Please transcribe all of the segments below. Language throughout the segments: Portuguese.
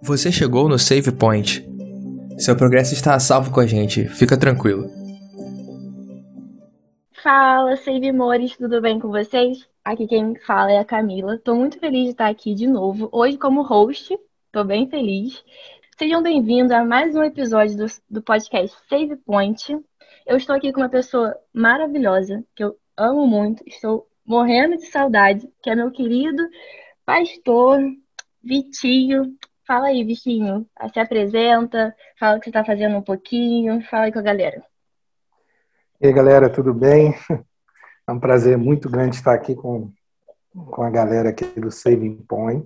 Você chegou no Save Point. Seu progresso está a salvo com a gente, fica tranquilo. Fala, Save Mores, tudo bem com vocês? Aqui quem fala é a Camila. Tô muito feliz de estar aqui de novo, hoje como host. Tô bem feliz. Sejam bem-vindos a mais um episódio do podcast Save Point. Eu estou aqui com uma pessoa maravilhosa, que eu amo muito, estou morrendo de saudade, que é meu querido pastor Vitinho. Fala aí, Vitinho. Se apresenta, fala o que você está fazendo um pouquinho, fala aí com a galera. E aí, galera, tudo bem? É um prazer muito grande estar aqui com a galera aqui do Saving Point.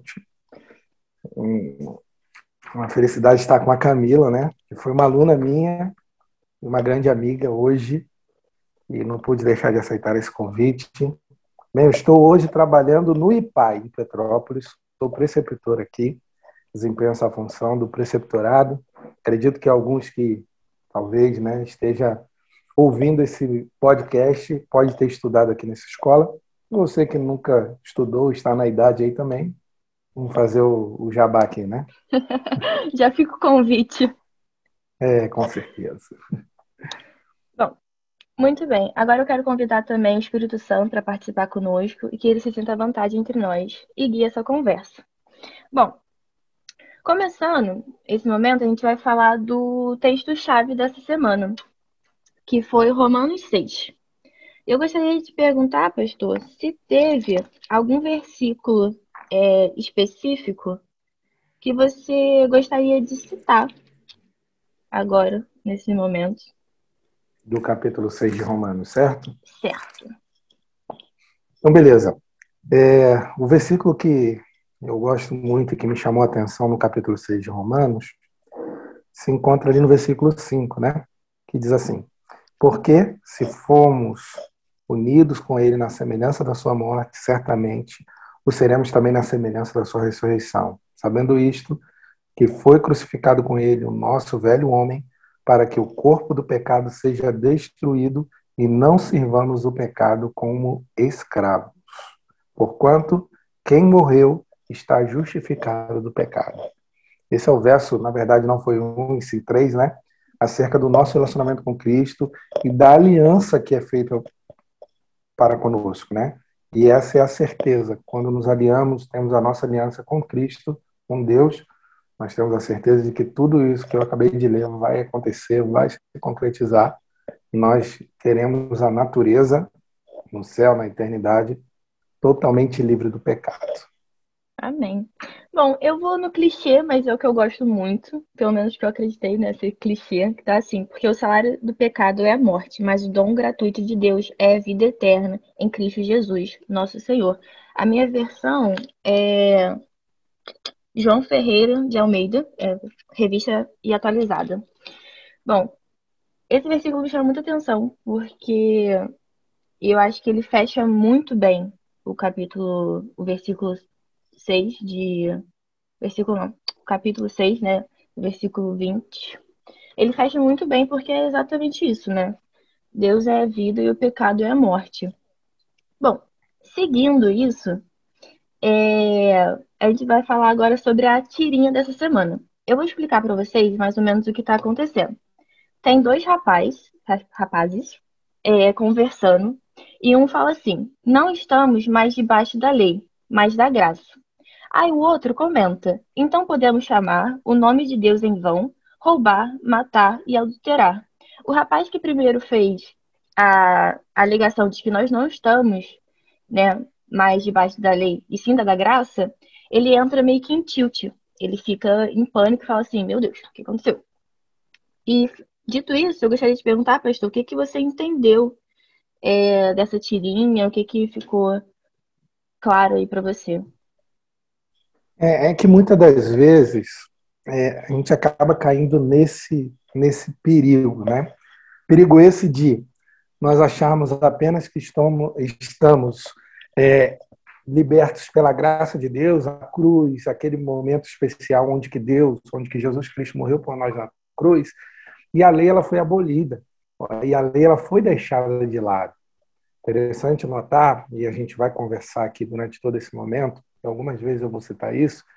Uma felicidade estar com a Camila, né? Que foi uma aluna minha, uma grande amiga hoje, e não pude deixar de aceitar esse convite. Bem, eu estou hoje trabalhando no IPAI, em Petrópolis. Sou preceptor aqui, desempenho essa função do preceptorado. Acredito que alguns que talvez, né, esteja ouvindo esse podcast, pode ter estudado aqui nessa escola. Você que nunca estudou, está na idade aí também, vamos fazer o jabá aqui, né? Já fica o convite. Com certeza. Bom, muito bem. Agora eu quero convidar também o Espírito Santo para participar conosco e que ele se sinta à vontade entre nós e guie essa conversa. Bom, começando esse momento, a gente vai falar do texto-chave dessa semana, que foi Romanos 6. Eu gostaria de te perguntar, pastor, se teve algum versículo específico que você gostaria de citar agora, nesse momento. Do capítulo 6 de Romanos, certo? Certo. Então, beleza. O versículo que eu gosto muito e que me chamou a atenção no capítulo 6 de Romanos se encontra ali no versículo 5, né? Que diz assim: porque se fomos unidos com ele na semelhança da sua morte, certamente o seremos também na semelhança da sua ressurreição. Sabendo isto, que foi crucificado com ele o nosso velho homem, para que o corpo do pecado seja destruído e não sirvamos o pecado como escravos. Porquanto quem morreu está justificado do pecado. Esse é o verso, na verdade não foi um, e sim três, né? Acerca do nosso relacionamento com Cristo e da aliança que é feita para conosco, né? E essa é a certeza. Quando nos aliamos, temos a nossa aliança com Cristo, com Deus, nós temos a certeza de que tudo isso que eu acabei de ler vai acontecer, vai se concretizar. Nós teremos a natureza no céu, na eternidade, totalmente livre do pecado. Amém. Bom, eu vou no clichê, mas é o que eu gosto muito, pelo menos que eu acreditei nesse clichê, que tá assim, porque o salário do pecado é a morte, mas o dom gratuito de Deus é a vida eterna em Cristo Jesus, nosso Senhor. A minha versão é João Ferreira de Almeida, revista e atualizada. Bom, esse versículo me chama muita atenção, porque eu acho que ele fecha muito bem o versículo 6 de versículo não, capítulo 6, né? Versículo 20. Ele fecha muito bem porque é exatamente isso, né? Deus é a vida e o pecado é a morte. Bom, seguindo isso, a gente vai falar agora sobre a tirinha dessa semana. Eu vou explicar para vocês mais ou menos o que está acontecendo. Tem dois rapazes conversando e um fala assim: não estamos mais debaixo da lei, mas da graça. Aí o outro comenta: então podemos chamar o nome de Deus em vão, roubar, matar e adulterar. O rapaz que primeiro fez a alegação de que nós não estamos, né, mais debaixo da lei e sim da graça, ele entra meio que em tilt. Ele fica em pânico e fala assim: meu Deus, o que aconteceu? E dito isso, eu gostaria de perguntar, pastor, o que que você entendeu dessa tirinha? O que que ficou claro aí para você? É que muitas das vezes a gente acaba caindo nesse perigo, né? Perigo esse de nós acharmos apenas que estamos libertos pela graça de Deus, a cruz, aquele momento especial onde que Jesus Cristo morreu por nós na cruz, e a lei ela foi abolida, e a lei ela foi deixada de lado. Interessante notar, e a gente vai conversar aqui durante todo esse momento, e algumas vezes eu vou citar isso,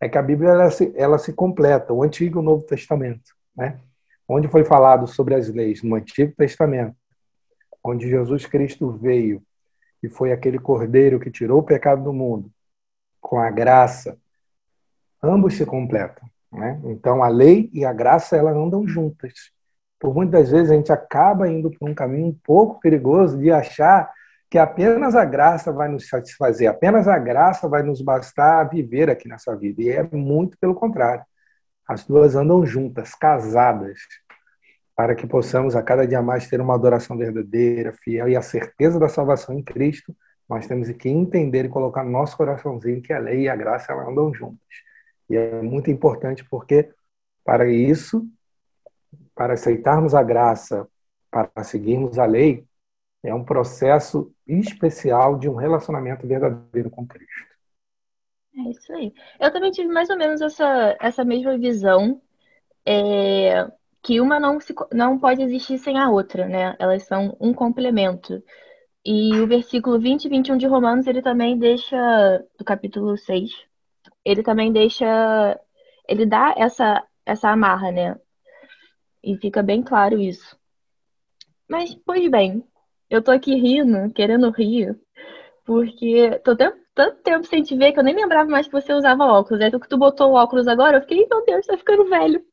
é que a Bíblia ela se completa, o Antigo e o Novo Testamento, né? Onde foi falado sobre as leis no Antigo Testamento, onde Jesus Cristo veio e foi aquele cordeiro que tirou o pecado do mundo, com a graça, ambos se completam, né? Então a lei e a graça elas andam juntas. Por muitas vezes a gente acaba indo por um caminho um pouco perigoso de achar que apenas a graça vai nos satisfazer, apenas a graça vai nos bastar a viver aqui nessa vida. E é muito pelo contrário. As duas andam juntas, casadas, para que possamos a cada dia mais ter uma adoração verdadeira, fiel e a certeza da salvação em Cristo. Nós temos que entender e colocar no nosso coraçãozinho que a lei e a graça elas andam juntas. E é muito importante porque, para isso, para aceitarmos a graça, para seguirmos a lei, é um processo especial de um relacionamento verdadeiro com Cristo. É isso aí. Eu também tive mais ou menos essa mesma visão, que uma não pode existir sem a outra, né? Elas são um complemento. E o versículo 20 e 21 de Romanos, ele também deixa, do capítulo 6, ele também deixa, ele dá essa amarra, né? E fica bem claro isso. Mas, pois bem, eu tô aqui rindo, querendo rir, porque tô tanto tempo sem te ver que eu nem lembrava mais que você usava óculos. Aí que tu botou o óculos agora, eu fiquei, meu Deus, tá ficando velho.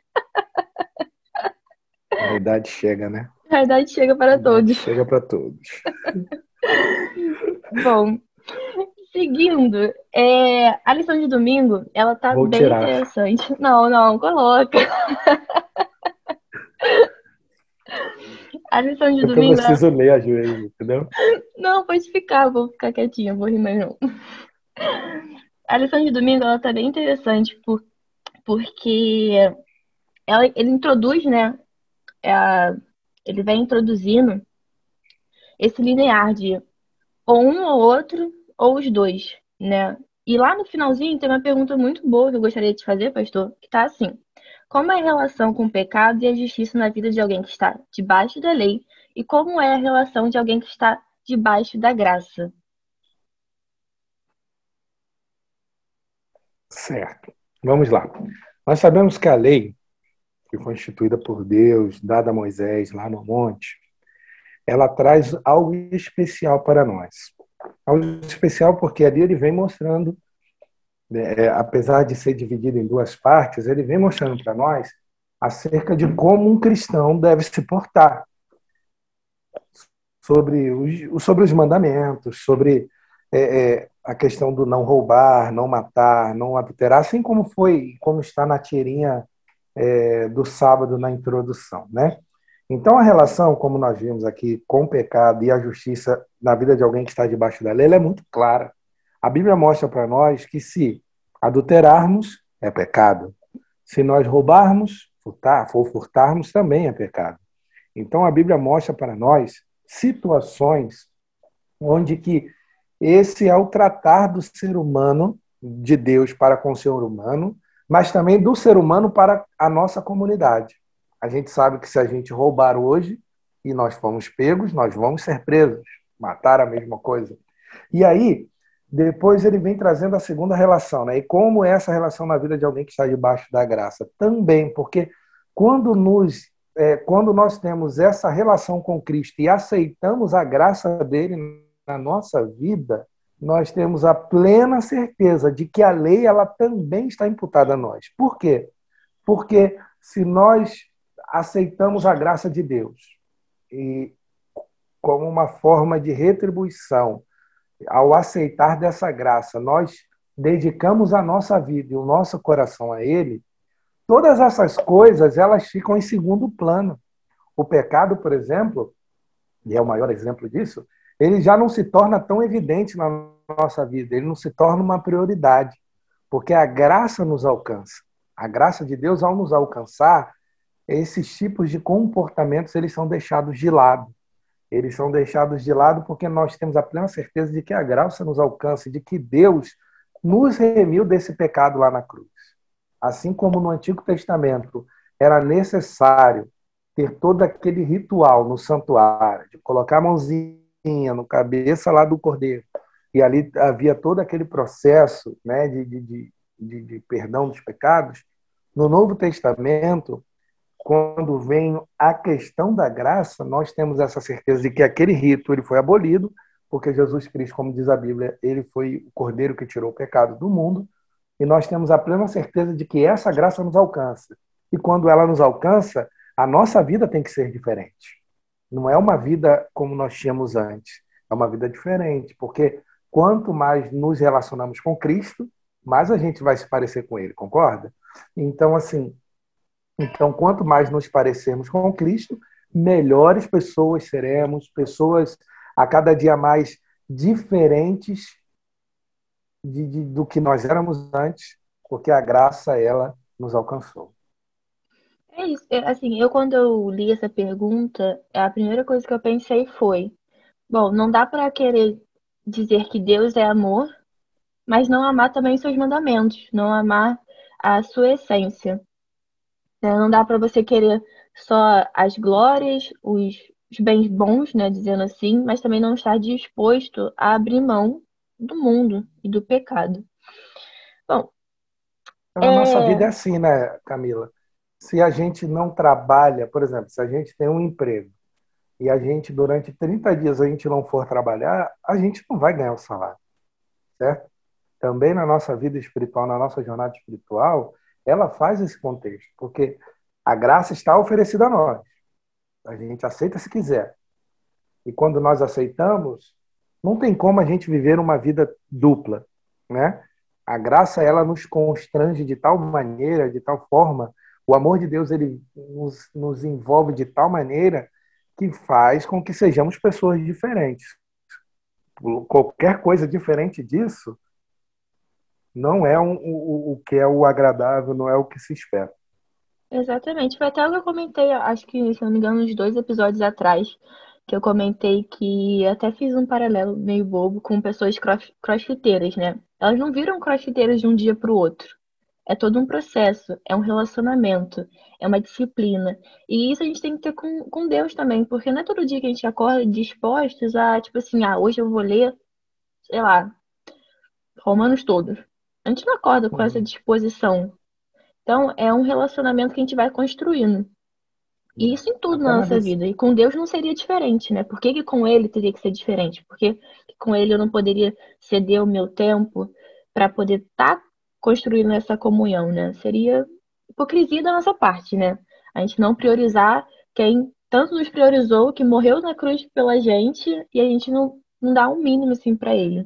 A idade chega, né? A idade chega A para idade todos. chega para todos. Bom, seguindo, a lição de domingo, ela tá Vou bem tirar. interessante. Não, coloca. A lição de Porque eu domingo, preciso ler às vezes, entendeu? não, pode ficar, vou ficar quietinha, vou rir mais não. A lição de domingo, ela tá bem interessante, porque ele introduz, né, ele vai introduzindo esse linear de ou um ou outro, ou os dois, né? E lá no finalzinho tem uma pergunta muito boa que eu gostaria de te fazer, pastor, que tá assim: como é a relação com o pecado e a justiça na vida de alguém que está debaixo da lei? E como é a relação de alguém que está debaixo da graça? Certo. Vamos lá. Nós sabemos que a lei, que foi instituída por Deus, dada a Moisés lá no monte, ela traz algo especial para nós. Algo especial porque ali ele vem mostrando, apesar de ser dividido em duas partes, ele vem mostrando para nós acerca de como um cristão deve se portar, sobre os mandamentos, sobre a questão do não roubar, não matar, não adulterar, assim como está na tirinha do sábado na introdução, né? Então a relação, como nós vimos aqui, com o pecado e a justiça na vida de alguém que está debaixo da lei, ela é muito clara. A Bíblia mostra para nós que se adulterarmos, é pecado. Se nós roubarmos, furtarmos, também é pecado. Então a Bíblia mostra para nós situações onde que esse é o tratar do ser humano, de Deus para com o ser humano, mas também do ser humano para a nossa comunidade. A gente sabe que se a gente roubar hoje e nós formos pegos, nós vamos ser presos. Matar a mesma coisa. E aí, depois ele vem trazendo a segunda relação, né? E como é essa relação na vida de alguém que está debaixo da graça? Também, porque quando quando nós temos essa relação com Cristo e aceitamos a graça dele na nossa vida, nós temos a plena certeza de que a lei ela também está imputada a nós. Por quê? Porque se nós aceitamos a graça de Deus e como uma forma de retribuição, ao aceitar dessa graça, nós dedicamos a nossa vida e o nosso coração a Ele, todas essas coisas elas ficam em segundo plano. O pecado, por exemplo, e é o maior exemplo disso, ele já não se torna tão evidente na nossa vida, ele não se torna uma prioridade, porque a graça nos alcança. A graça de Deus, ao nos alcançar, esses tipos de comportamentos eles são deixados de lado. Eles são deixados de lado porque nós temos a plena certeza de que a graça nos alcança, de que Deus nos remiu desse pecado lá na cruz. Assim como no Antigo Testamento era necessário ter todo aquele ritual no santuário, de colocar a mãozinha no cabeça lá do cordeiro, e ali havia todo aquele processo, né, de perdão dos pecados, no Novo Testamento, quando vem a questão da graça, nós temos essa certeza de que aquele rito ele foi abolido, porque Jesus Cristo, como diz a Bíblia, ele foi o cordeiro que tirou o pecado do mundo, e nós temos a plena certeza de que essa graça nos alcança. E quando ela nos alcança, a nossa vida tem que ser diferente. Não é uma vida como nós tínhamos antes, é uma vida diferente, porque quanto mais nos relacionamos com Cristo, mais a gente vai se parecer com Ele, concorda? Então, assim, quanto mais nos parecermos com Cristo, melhores pessoas seremos, pessoas a cada dia mais diferentes do que nós éramos antes, porque a graça, ela nos alcançou. É isso. Assim, quando eu li essa pergunta, a primeira coisa que eu pensei foi: bom, não dá para querer dizer que Deus é amor, mas não amar também os seus mandamentos, não amar a sua essência. Né? Não dá para você querer só as glórias, os bens bons, né, dizendo assim, mas também não estar disposto a abrir mão do mundo e do pecado. Bom, Então, a nossa vida é assim, né, Camila? Se a gente não trabalha, por exemplo, se a gente tem um emprego e a gente, durante 30 dias, a gente não for trabalhar, a gente não vai ganhar o salário, certo? Também na nossa vida espiritual, na nossa jornada espiritual, ela faz esse contexto, porque a graça está oferecida a nós. A gente aceita se quiser. E quando nós aceitamos, não tem como a gente viver uma vida dupla, né? A graça, ela nos constrange de tal maneira, de tal forma, o amor de Deus, ele nos envolve de tal maneira que faz com que sejamos pessoas diferentes. Qualquer coisa diferente disso não é o que é o agradável, não é o que se espera. exatamente. Foi até o que eu comentei, acho que, se não me engano, uns 2 episódios atrás, que eu comentei que até fiz um paralelo meio bobo com pessoas crossfiteiras, né? Elas não viram crossfiteiras de um dia para o outro. É todo um processo, é um relacionamento, é uma disciplina. E isso a gente tem que ter com Deus também, porque não é todo dia que a gente acorda dispostos a, tipo assim, hoje eu vou ler, sei lá, Romanos todos. A gente não acorda com essa disposição. Então, é um relacionamento que a gente vai construindo. E isso em tudo Até na na nossa lição. vida. E com Deus não seria diferente, né? Por que que com Ele teria que ser diferente? Por que que com Ele eu não poderia ceder o meu tempo para poder estar construindo essa comunhão, né? Seria hipocrisia da nossa parte, né? A gente não priorizar quem tanto nos priorizou, que morreu na cruz pela gente, e a gente não dá um mínimo assim para Ele.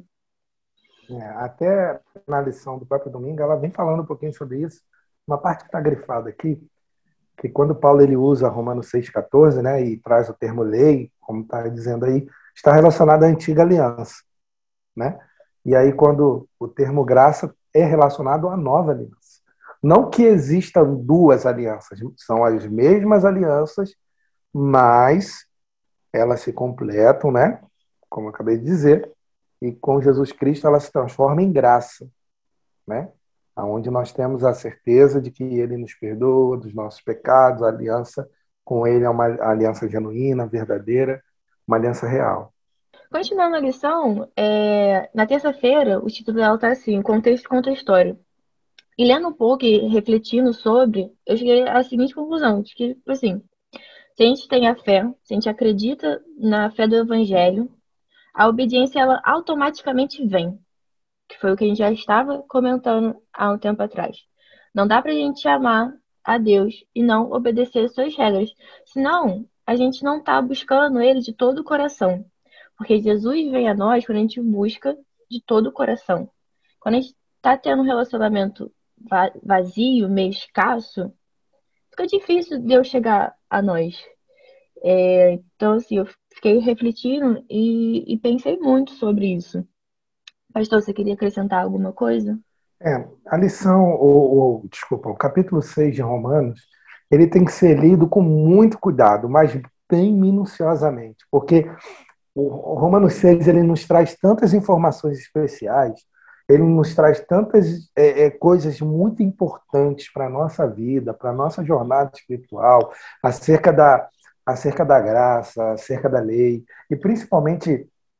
Até na lição do próprio domingo, ela vem falando um pouquinho sobre isso. Uma parte que está grifada aqui, que quando Paulo ele usa Romanos 6,14, né, e traz o termo lei, como está dizendo aí, está relacionado à antiga aliança, né? E aí quando o termo graça é relacionado à nova aliança. Não que existam duas alianças, são as mesmas alianças, mas elas se completam, né? Como eu acabei de dizer, e com Jesus Cristo ela se transforma em graça, né? Onde nós temos a certeza de que Ele nos perdoa dos nossos pecados, a aliança com Ele é uma aliança genuína, verdadeira, uma aliança real. Continuando a lição, na terça-feira, o título dela tá assim: Contexto contra a História. E lendo um pouco e refletindo sobre, eu cheguei à seguinte conclusão, de que, tipo assim, se a gente tem a fé, se a gente acredita na fé do Evangelho, a obediência, ela automaticamente vem, que foi o que a gente já estava comentando há um tempo atrás. Não dá pra gente amar a Deus e não obedecer às suas regras, senão a gente não tá buscando Ele de todo o coração. Porque Jesus vem a nós quando a gente busca de todo o coração. Quando a gente tá tendo um relacionamento vazio, meio escasso, fica difícil Deus chegar a nós. Então, assim, eu fiquei refletindo e pensei muito sobre isso. Pastor, você queria acrescentar alguma coisa? A lição, desculpa, o capítulo 6 de Romanos, ele tem que ser lido com muito cuidado, mas bem minuciosamente, porque o Romanos 6 ele nos traz tantas informações especiais, ele nos traz tantas coisas muito importantes para a nossa vida, para a nossa jornada espiritual, acerca da graça, acerca da lei, e principalmente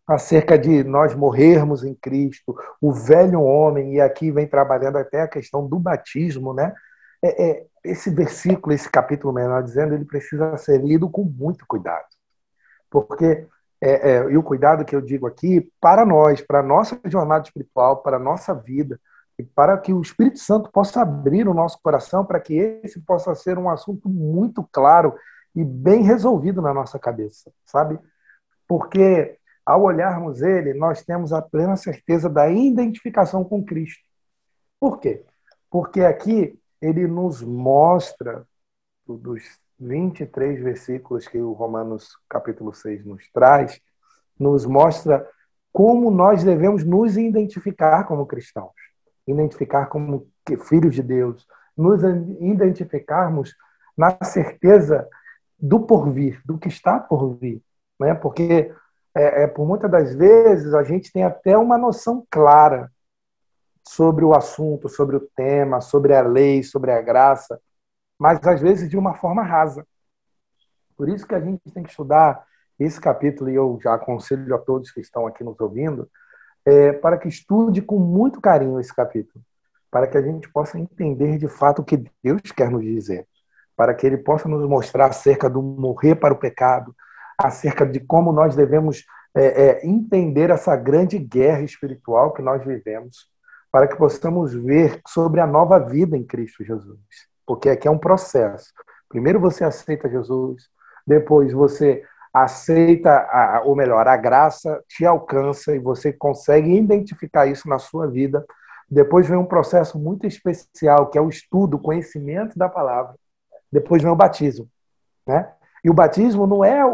acerca de nós morrermos em Cristo, o velho homem, e aqui vem trabalhando até a questão do batismo, né? Esse versículo, esse capítulo menor dizendo, ele precisa ser lido com muito cuidado, porque e o cuidado que eu digo aqui para nós, para a nossa jornada espiritual, para a nossa vida, e para que o Espírito Santo possa abrir o nosso coração, para que esse possa ser um assunto muito claro e bem resolvido na nossa cabeça, sabe? Porque ao olharmos ele, nós temos a plena certeza da identificação com Cristo. Por quê? Porque aqui ele nos mostra, dos 23 versículos que o Romanos capítulo 6 nos traz, nos mostra como nós devemos nos identificar como cristãos, identificar como filhos de Deus, nos identificarmos na certeza do porvir, do que está por vir, né? Porque por muitas das vezes a gente tem até uma noção clara sobre o assunto, sobre o tema, sobre a lei, sobre a graça, mas às vezes de uma forma rasa. Por isso que a gente tem que estudar esse capítulo, e eu já aconselho a todos que estão aqui nos ouvindo, para que estude com muito carinho esse capítulo, para que a gente possa entender de fato o que Deus quer nos dizer, para que Ele possa nos mostrar acerca do morrer para o pecado, acerca de como nós devemos entender essa grande guerra espiritual que nós vivemos, para que possamos ver sobre a nova vida em Cristo Jesus. Porque aqui é um processo. Primeiro você aceita Jesus, depois você aceita, ou melhor, a graça te alcança e você consegue identificar isso na sua vida. Depois vem um processo muito especial, que é o estudo, o conhecimento da palavra. Depois vem o batismo, né? E o batismo não é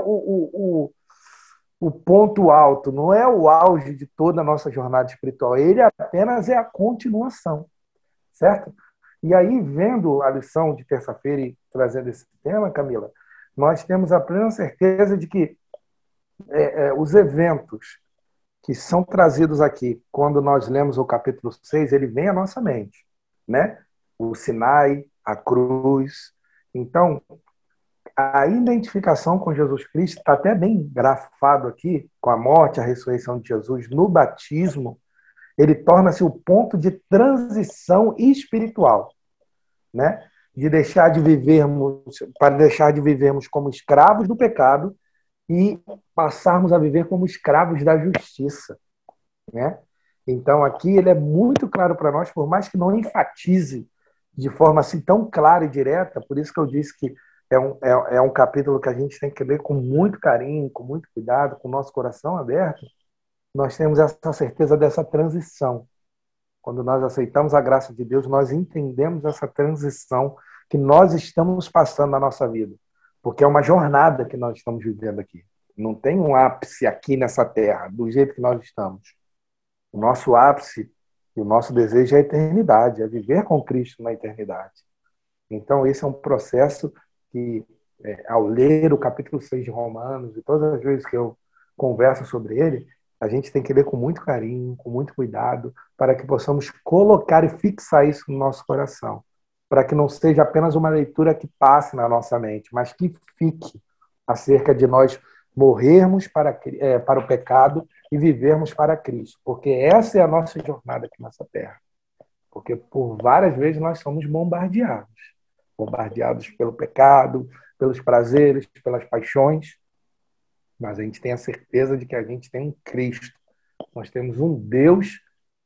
o ponto alto, não é o auge de toda a nossa jornada espiritual. Ele apenas é a continuação, certo? E aí, vendo a lição de terça-feira e trazendo esse tema, Camila, nós temos a plena certeza de que os eventos que são trazidos aqui, quando nós lemos o capítulo 6, ele vem à nossa mente, né? O Sinai, a cruz. Então, a identificação com Jesus Cristo está até bem grafado aqui, com a morte, a ressurreição de Jesus no batismo, ele torna-se o ponto de transição espiritual, né? De deixar de vivermos, para deixar de vivermos como escravos do pecado e passarmos a viver como escravos da justiça, né? Então aqui ele é muito claro para nós, por mais que não enfatize de forma assim tão clara e direta, por isso que eu disse que é um capítulo que a gente tem que ler com muito carinho, com muito cuidado, com o nosso coração aberto. Nós temos essa certeza dessa transição. Quando nós aceitamos a graça de Deus, nós entendemos essa transição que nós estamos passando na nossa vida. Porque é uma jornada que nós estamos vivendo aqui. Não tem um ápice aqui nessa terra, do jeito que nós estamos. O nosso ápice e o nosso desejo é a eternidade, é viver com Cristo na eternidade. Então, esse é um processo que, ao ler o capítulo 6 de Romanos, e todas as vezes que eu converso sobre ele, a gente tem que ler com muito carinho, com muito cuidado, para que possamos colocar e fixar isso no nosso coração. Para que não seja apenas uma leitura que passe na nossa mente, mas que fique acerca de nós morrermos para o pecado e vivermos para Cristo. Porque essa é a nossa jornada aqui nessa terra. Porque por várias vezes nós somos bombardeados pelo pecado, pelos prazeres, pelas paixões, mas a gente tem a certeza de que a gente tem um Cristo. Nós temos um Deus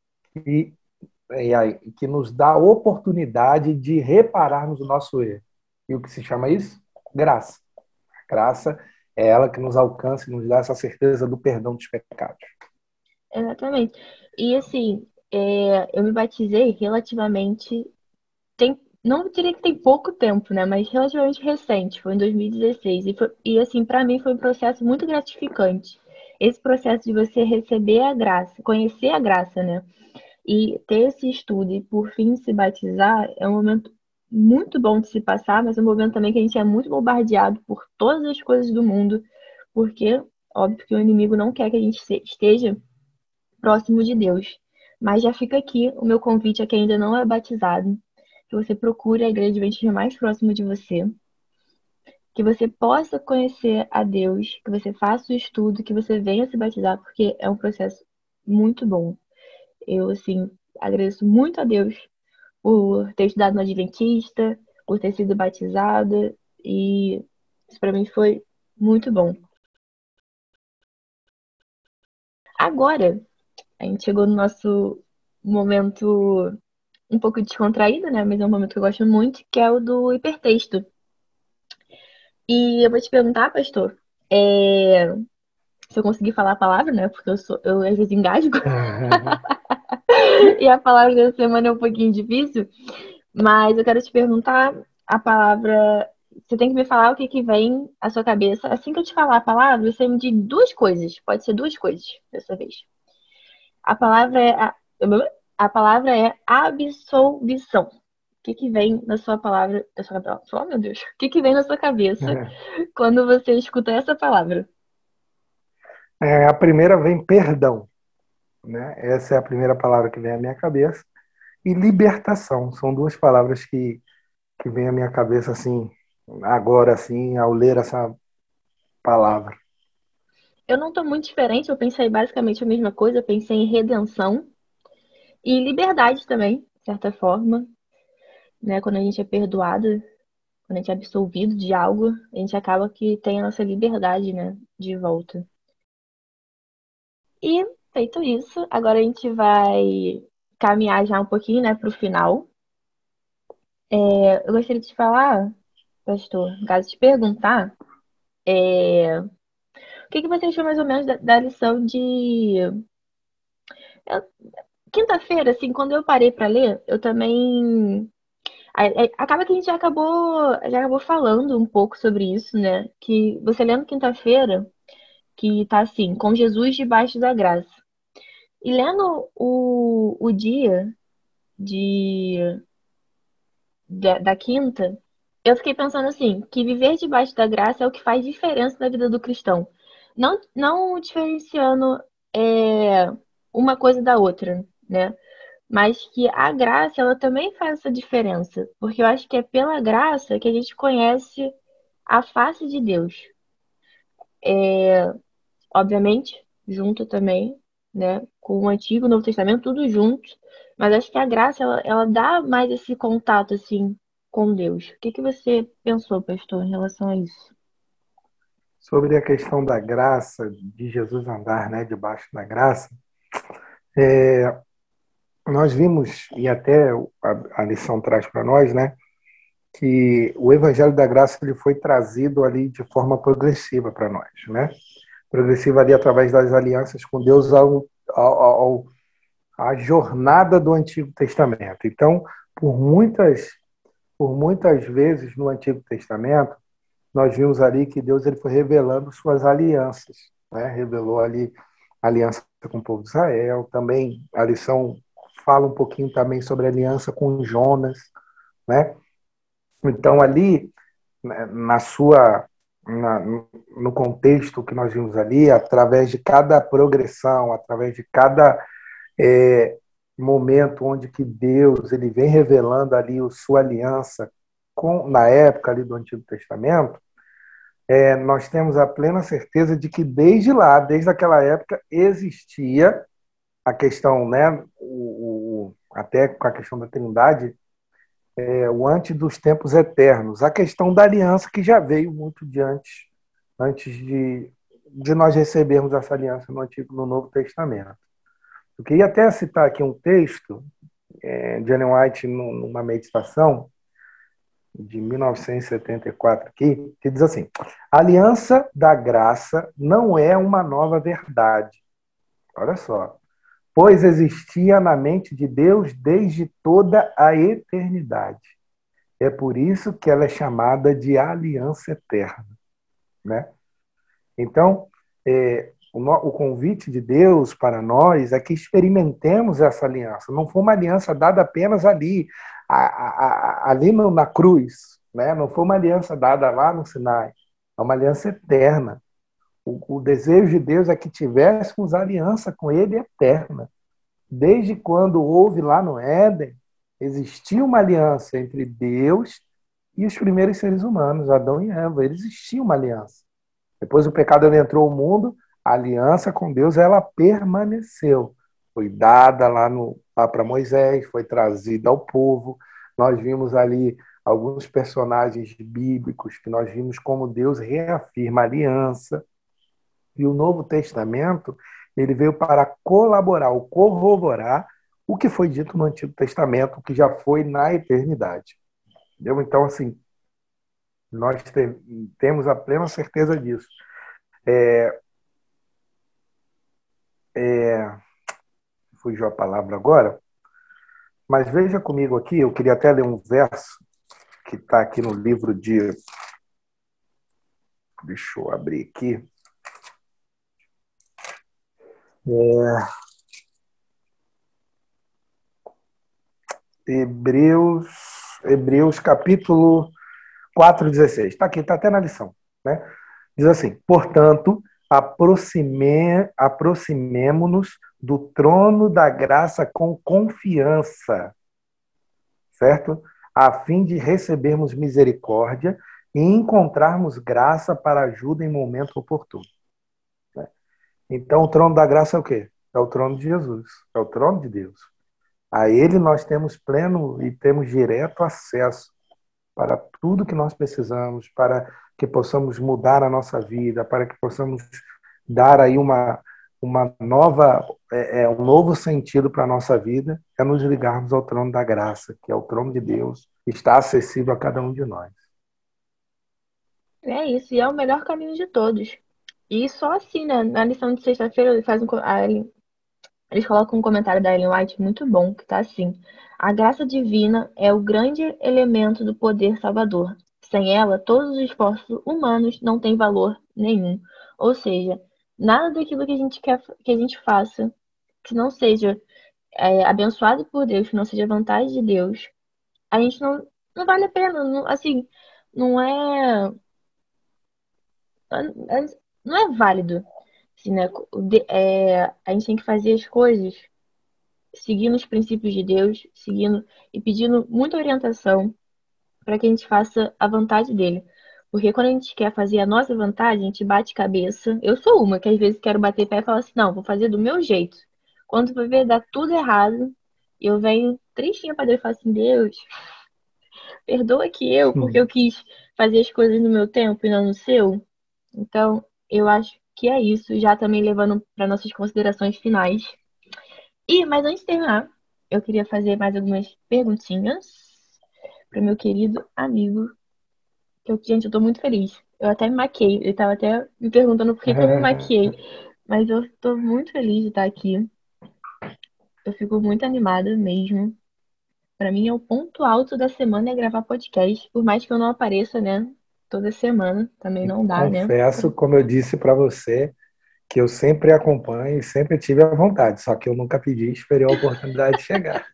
que nos dá a oportunidade de repararmos o nosso erro. E o que se chama isso? Graça. A graça é ela que nos alcança e nos dá essa certeza do perdão dos pecados. Exatamente. E assim, eu me batizei relativamente. Não diria que tem pouco tempo, né? Mas relativamente recente, foi em 2016. E assim, para mim foi um processo muito gratificante. Esse processo de você receber a graça, conhecer a graça, né? E ter esse estudo e por fim se batizar é um momento muito bom de se passar, mas é um momento também que a gente é muito bombardeado por todas as coisas do mundo, porque, óbvio que o inimigo não quer que a gente esteja próximo de Deus. Mas já fica aqui o meu convite a quem ainda não é batizado, que você procure a igreja adventista mais próxima de você. que você possa conhecer a Deus, que você faça o estudo, que você venha se batizar, porque é um processo muito bom. Eu, assim, agradeço muito a Deus por ter estudado no Adventista, por ter sido batizada, e isso para mim foi muito bom. Agora, a gente chegou no nosso momento um pouco descontraído, né? Mas é um momento que eu gosto muito, que é o do hipertexto. E eu vou te perguntar, pastor, se eu conseguir falar a palavra, né? Porque eu às vezes engasgo, e a palavra da semana é um pouquinho difícil, mas eu quero te perguntar a palavra. Você tem que me falar o que vem à sua cabeça. Assim que eu te falar a palavra, você me diz duas coisas. Pode ser duas coisas dessa vez. A palavra é a palavra é absolvição. O que vem na sua palavra, oh, meu Deus. O que vem na sua cabeça quando você escuta essa palavra? A primeira vem perdão, né? Essa é a primeira palavra que vem à minha cabeça. E libertação, são duas palavras que vem à minha cabeça assim, agora assim, ao ler essa palavra. Eu não estou muito diferente, eu pensei basicamente a mesma coisa, eu pensei em redenção e liberdade também, de certa forma, né? Quando a gente é perdoado, quando a gente é absolvido de algo, a gente acaba que tem a nossa liberdade, né, de volta. E feito isso, agora a gente vai caminhar já um pouquinho, né, para o final. Eu gostaria de te falar, pastor, no caso de te perguntar, o que você achou mais ou menos da lição de quinta-feira, assim, quando eu parei para ler, eu também acaba que a gente já acabou falando um pouco sobre isso, né? Que você lendo quinta-feira, que tá assim, com Jesus debaixo da graça. E lendo o dia de, da quinta, eu fiquei pensando assim, que viver debaixo da graça é o que faz diferença na vida do cristão. Não diferenciando uma coisa da outra, né? Mas que a graça, ela também faz essa diferença. Porque eu acho que é pela graça que a gente conhece a face de Deus. Obviamente, junto também, né? Com o Antigo e o Novo Testamento, tudo junto. Mas acho que a graça, ela dá mais esse contato, assim, com Deus. O que você pensou, pastor, em relação a isso? Sobre a questão da graça, de Jesus andar, né, debaixo da graça, nós vimos, e até a lição traz para nós, né, que o Evangelho da Graça ele foi trazido ali de forma progressiva para nós, né? Progressiva ali através das alianças com Deus à jornada do Antigo Testamento. Então, por muitas vezes no Antigo Testamento, nós vimos ali que Deus ele foi revelando suas alianças, né? Revelou ali a aliança com o povo de Israel, também a lição fala um pouquinho também sobre a aliança com Jonas, né? Então ali né, no contexto que nós vimos ali, através de cada progressão, através de cada é, momento onde que Deus ele vem revelando ali a sua aliança na época ali do Antigo Testamento, nós temos a plena certeza de que desde lá, desde aquela época, existia a questão, né, até com a questão da Trindade, o antes dos tempos eternos, a questão da aliança que já veio muito de antes de nós recebermos essa aliança no Novo Testamento. Eu queria até citar aqui um texto de Ellen White numa meditação de 1974 aqui, que diz assim: a aliança da graça não é uma nova verdade. Olha só. Pois existia na mente de Deus desde toda a eternidade. É por isso que ela é chamada de aliança eterna, né? Então, o convite de Deus para nós é que experimentemos essa aliança. Não foi uma aliança dada apenas ali, ali na cruz, né? Não foi uma aliança dada lá no Sinai. É uma aliança eterna. O desejo de Deus é que tivéssemos aliança com Ele eterna. Desde quando houve lá no Éden, existia uma aliança entre Deus e os primeiros seres humanos, Adão e Eva. Eles existiam uma aliança. Depois o pecado ele entrou no mundo, a aliança com Deus ela permaneceu. Foi dada lá para Moisés, foi trazida ao povo. Nós vimos ali alguns personagens bíblicos que nós vimos como Deus reafirma a aliança. E o Novo Testamento ele veio para colaborar ou corroborar o que foi dito no Antigo Testamento, que já foi na eternidade. Entendeu? Então, assim, nós temos a plena certeza disso. Fugiu a palavra agora, mas veja comigo aqui, eu queria até ler um verso que está aqui no livro de... Deixa eu abrir aqui. Hebreus capítulo 4:16. Está aqui, está até na lição, né? Diz assim: portanto, aproximemo-nos do trono da graça com confiança, certo? A fim de recebermos misericórdia e encontrarmos graça para ajuda em momento oportuno. Né? Então, o trono da graça é o quê? É o trono de Jesus, é o trono de Deus. A ele nós temos pleno e temos direto acesso para tudo que nós precisamos, para que possamos mudar a nossa vida, para que possamos dar aí uma nova, um novo sentido para a nossa vida, é nos ligarmos ao trono da graça, que é o trono de Deus, que está acessível a cada um de nós. É isso, e é o melhor caminho de todos. E só assim, né? Na lição de sexta-feira, eles colocam um comentário da Ellen White muito bom, que tá assim: a graça divina é o grande elemento do poder salvador. Sem ela, todos os esforços humanos não têm valor nenhum. Ou seja, nada daquilo que a gente quer que a gente faça, que não seja abençoado por Deus, que não seja vontade de Deus, a gente não vale a pena. Assim, não é, não é válido. Assim, né? A gente tem que fazer as coisas seguindo os princípios de Deus, seguindo e pedindo muita orientação para que a gente faça a vontade dele. Porque quando a gente quer fazer a nossa vontade, a gente bate cabeça. Eu sou uma que às vezes quero bater pé e falar assim: não, vou fazer do meu jeito. Quando vai ver, dá tudo errado. Eu venho tristinha para Deus e falo assim: Deus, perdoa que porque eu quis fazer as coisas no meu tempo e não no seu. Então, eu acho que é isso, já também levando para nossas considerações finais. Mas antes de terminar, eu queria fazer mais algumas perguntinhas para o meu querido amigo. Gente, eu tô muito feliz. Eu até me maquiei. Ele tava até me perguntando por que que eu me maquiei. Mas eu tô muito feliz de estar aqui. Eu fico muito animada mesmo. Para mim é o ponto alto da semana é gravar podcast. Por mais que eu não apareça, né? Toda semana. Também não dá, né? Confesso, como eu disse para você, que eu sempre acompanho e sempre tive a vontade, só que eu nunca pedi e esperei a oportunidade de chegar.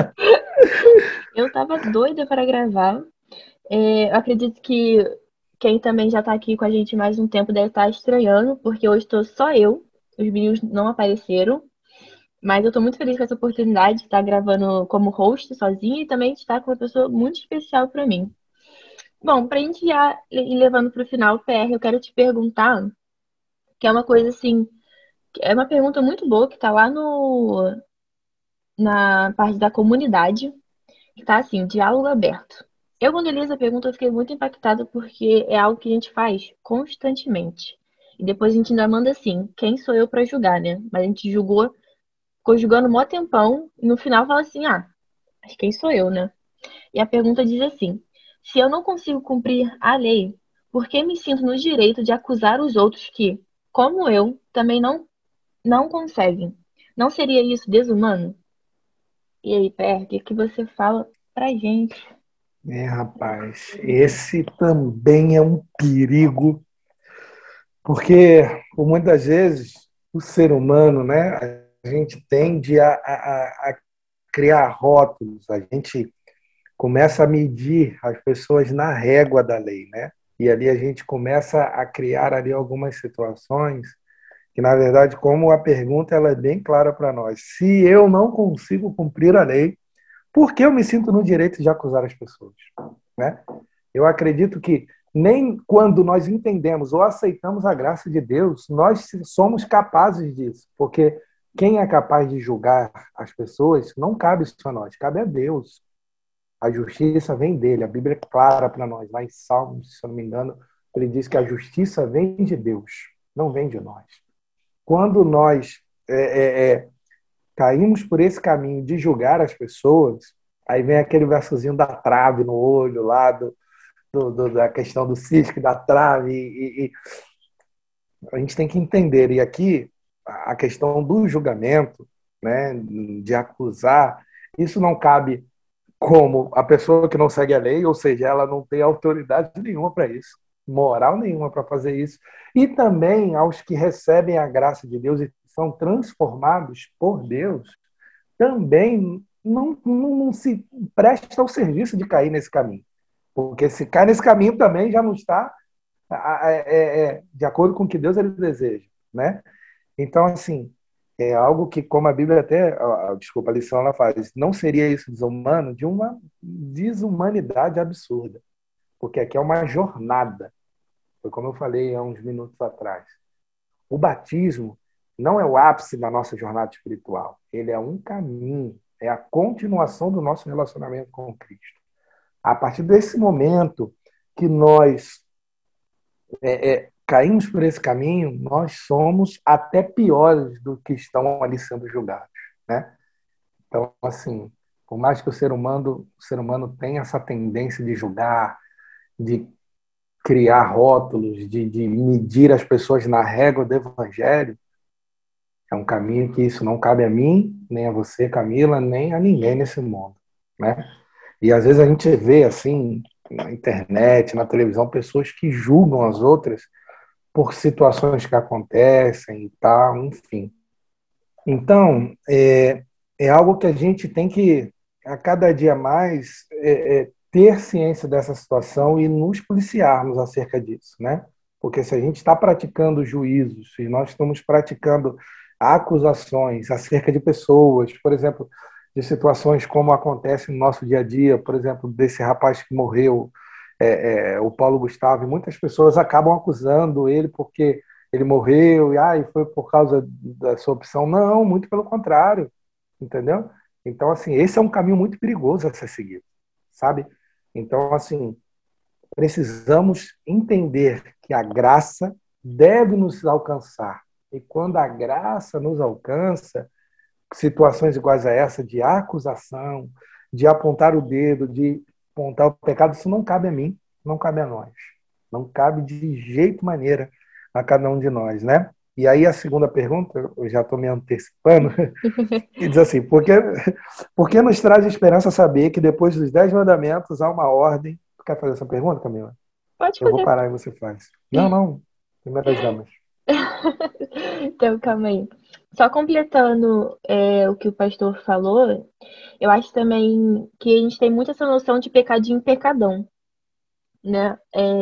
Eu tava doida para gravar. Eu acredito que quem também já tá aqui com a gente mais um tempo deve estar estranhando, porque hoje estou só eu. Os meninos não apareceram. Mas eu tô muito feliz com essa oportunidade de estar gravando como host sozinha e também de estar com uma pessoa muito especial para mim. Bom, pra gente já ir levando pro final, PR, eu quero te perguntar, que é uma coisa assim, é uma pergunta muito boa que tá lá na parte da comunidade, que tá assim, diálogo aberto. Eu, quando li essa pergunta, eu fiquei muito impactada porque é algo que a gente faz constantemente. E depois a gente ainda manda assim, quem sou eu para julgar, né? Mas a gente julgou, ficou julgando um mó tempão, e no final fala assim, mas quem sou eu, né? E a pergunta diz assim: se eu não consigo cumprir a lei, por que me sinto no direito de acusar os outros que, como eu, também não conseguem? Não seria isso desumano? E aí, Per, o que você fala pra gente? Rapaz, esse também é um perigo, porque por muitas vezes o ser humano, né, a gente tende a criar rótulos, a gente começa a medir as pessoas na régua da lei, né? E ali a gente começa a criar ali algumas situações que, na verdade, como a pergunta ela é bem clara para nós, se eu não consigo cumprir a lei, por que eu me sinto no direito de acusar as pessoas, né? Eu acredito que nem quando nós entendemos ou aceitamos a graça de Deus, nós somos capazes disso, porque quem é capaz de julgar as pessoas não cabe isso a nós, cabe a Deus. A justiça vem dele, a Bíblia é clara para nós. Lá em Salmos, se eu não me engano, ele diz que a justiça vem de Deus, não vem de nós. Quando nós caímos por esse caminho de julgar as pessoas, aí vem aquele versozinho da trave no olho lá, da questão do cisco, da trave, e a gente tem que entender. E aqui, a questão do julgamento, né, de acusar, isso não cabe como a pessoa que não segue a lei, ou seja, ela não tem autoridade nenhuma para isso, moral nenhuma para fazer isso, e também aos que recebem a graça de Deus e são transformados por Deus, também não se presta ao serviço de cair nesse caminho. Porque se cai nesse caminho também já não está de acordo com o que Deus ele deseja, né? Então, assim, é algo que, como a Bíblia até, desculpa, a lição ela faz, não seria isso desumano de uma desumanidade absurda, porque aqui é uma jornada, foi como eu falei há uns minutos atrás. O batismo não é o ápice da nossa jornada espiritual, ele é um caminho, é a continuação do nosso relacionamento com Cristo. A partir desse momento que nós caímos por esse caminho, nós somos até piores do que estão ali sendo julgados, né? Então, assim, por mais que o ser humano tenha essa tendência de julgar, de criar rótulos, de medir as pessoas na régua do evangelho, é um caminho que isso não cabe a mim, nem a você, Camila, nem a ninguém nesse mundo, né? E às vezes a gente vê, assim, na internet, na televisão, pessoas que julgam as outras por situações que acontecem e tal, enfim. Então, é algo que a gente tem que, a cada dia mais, ter ciência dessa situação e nos policiarmos acerca disso, né? Porque se a gente está praticando juízos, se nós estamos praticando acusações acerca de pessoas, por exemplo, de situações como acontece no nosso dia a dia, por exemplo, desse rapaz que morreu, o Paulo Gustavo, e muitas pessoas acabam acusando ele porque ele morreu e foi por causa da sua opção. Não, muito pelo contrário, entendeu? Então, assim, esse é um caminho muito perigoso a ser seguido, sabe? Então, assim, precisamos entender que a graça deve nos alcançar. E quando a graça nos alcança, situações iguais a essa, de acusação, de apontar o dedo, de apontar o pecado, isso não cabe a mim, não cabe a nós. Não cabe de jeito maneira a cada um de nós, né? E aí a segunda pergunta, eu já estou me antecipando, e diz assim, por que nos traz esperança saber que depois dos 10 mandamentos há uma ordem? Tu quer fazer essa pergunta, Camila? Pode Eu vou fazer. parar e você faz. Não, primeiras damas. Então, calma aí. Só completando o que o pastor falou, eu acho também que a gente tem muito essa noção de pecadinho e pecadão, né?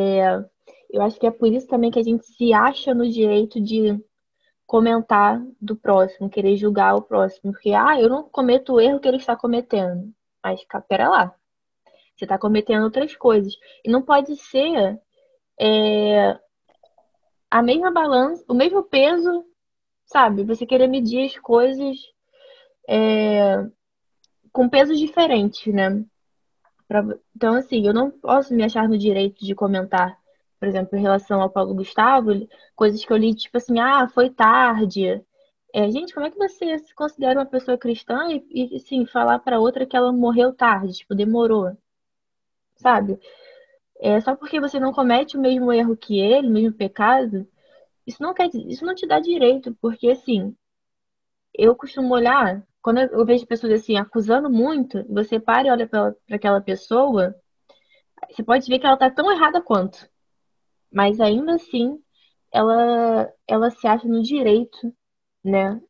Eu acho que é por isso também que a gente se acha no direito de comentar do próximo, querer julgar o próximo, porque, eu não cometo o erro que ele está cometendo. Mas, pera lá, você está cometendo outras coisas. E não pode ser a mesma balança, o mesmo peso, sabe? Você querer medir as coisas com pesos diferentes, né? Então, assim, eu não posso me achar no direito de comentar, por exemplo, em relação ao Paulo Gustavo, coisas que eu li, tipo assim, foi tarde. Gente, como é que você se considera uma pessoa cristã e assim, falar pra outra que ela morreu tarde, tipo, demorou, sabe? Só porque você não comete o mesmo erro que ele, o mesmo pecado, isso não te dá direito, porque assim, eu costumo olhar, quando eu vejo pessoas assim acusando muito, você para e olha para aquela pessoa, você pode ver que ela tá tão errada quanto, mas ainda assim ela se acha no direito, né,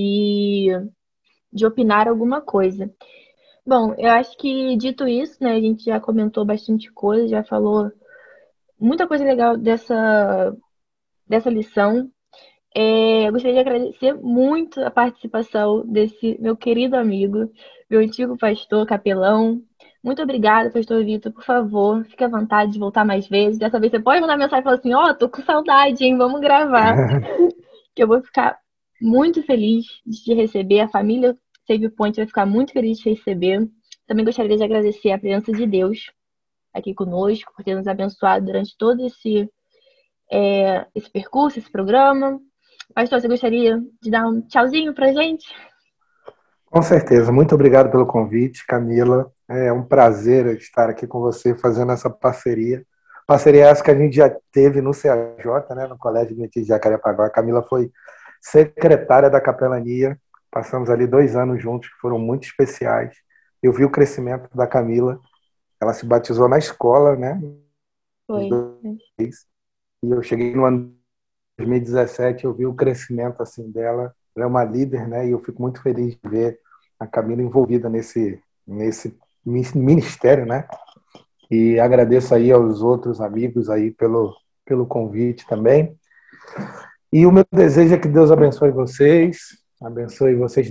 de opinar alguma coisa. Bom, eu acho que dito isso, né, a gente já comentou bastante coisa, já falou muita coisa legal dessa lição. Eu gostaria de agradecer muito a participação desse meu querido amigo, meu antigo pastor capelão, Muito obrigada, pastor Vitor. Por favor, fique à vontade de voltar mais vezes. Dessa vez você pode mandar mensagem e falar assim, tô com saudade, hein? Vamos gravar. Que eu vou ficar muito feliz de te receber. A família Save Point vai ficar muito feliz de te receber. Também gostaria de agradecer a presença de Deus aqui conosco, por ter nos abençoado durante todo esse percurso, esse programa. Pastor, você gostaria de dar um tchauzinho pra gente? Com certeza. Muito obrigado pelo convite, Camila. É um prazer estar aqui com você fazendo essa parceria. Parceria essa que a gente já teve no CAJ, né, no Colégio Adventista de Jacarepaguá. A Camila foi secretária da capelania. Passamos ali 2 anos juntos, que foram muito especiais. Eu vi o crescimento da Camila. Ela se batizou na escola, né? Foi. E eu cheguei no ano 2017, eu vi o crescimento assim dela. Ela é uma líder, né? E eu fico muito feliz de ver a Camila envolvida nesse ministério, né? E agradeço aí aos outros amigos aí pelo convite também. E o meu desejo é que Deus abençoe vocês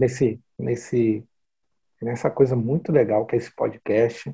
nessa coisa muito legal que é esse podcast.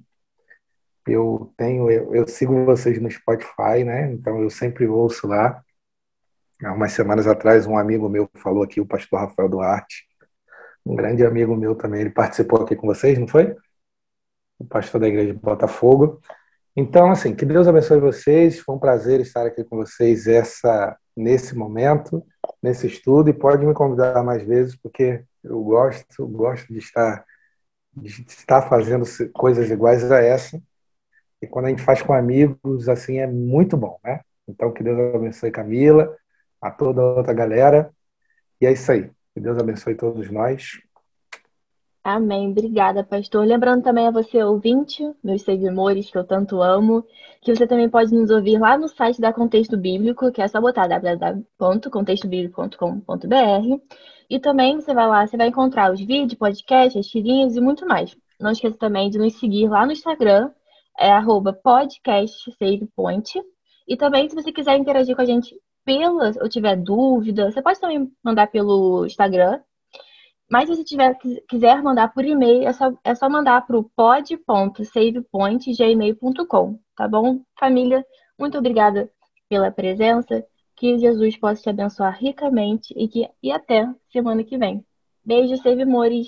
Eu sigo vocês no Spotify, né? Então eu sempre ouço lá. Há umas semanas atrás, um amigo meu falou aqui, o pastor Rafael Duarte, um grande amigo meu também, ele participou aqui com vocês, não foi? O pastor da igreja de Botafogo. Então, assim, que Deus abençoe vocês, foi um prazer estar aqui com vocês nesse momento, nesse estudo, e pode me convidar mais vezes, porque eu gosto de estar fazendo coisas iguais a essa, e quando a gente faz com amigos, assim, é muito bom, né? Então, que Deus abençoe Camila, a toda a outra galera. E é isso aí. Que Deus abençoe todos nós. Amém. Obrigada, pastor. Lembrando também a você, ouvinte, meus seguidores que eu tanto amo, que você também pode nos ouvir lá no site da Contexto Bíblico, que é só botar www.contextobiblico.com.br. E também você vai lá, você vai encontrar os vídeos, podcasts, as tirinhas e muito mais. Não esqueça também de nos seguir lá no Instagram, @podcastsavepoint. E também, se você quiser interagir com a gente ou tiver dúvida, você pode também mandar pelo Instagram. Mas se você quiser mandar por e-mail, é só mandar para o pod.savepoint@gmail.com, tá bom? Família, muito obrigada pela presença. Que Jesus possa te abençoar ricamente e até semana que vem. Beijo, Save Mores!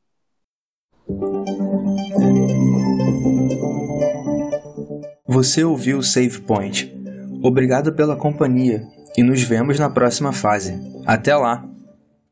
Você ouviu o Save Point. Obrigado pela companhia e nos vemos na próxima fase. Até lá!